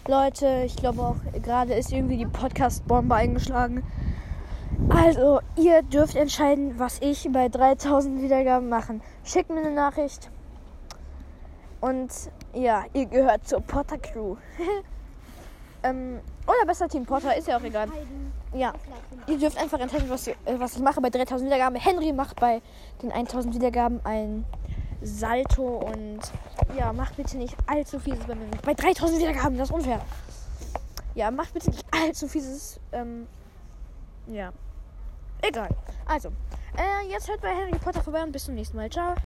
Leute, ich glaube auch, gerade ist irgendwie die Podcast-Bombe eingeschlagen. Also, ihr dürft entscheiden, was ich bei 3000 Wiedergaben machen. Schickt mir eine Nachricht. Und ja, ihr gehört zur Potter Crew. Oder besser Team Potter, ist ja auch egal. Ja, ihr dürft einfach entscheiden, was ich mache bei 3000 Wiedergaben. Henry macht bei den 1000 Wiedergaben ein Salto und ja, macht bitte nicht allzu fieses bei 3000 Wiedergaben, das ist unfair. Ja, macht bitte nicht allzu fieses, ja, egal. Also, jetzt hört bei Harry Potter vorbei und bis zum nächsten Mal. Ciao.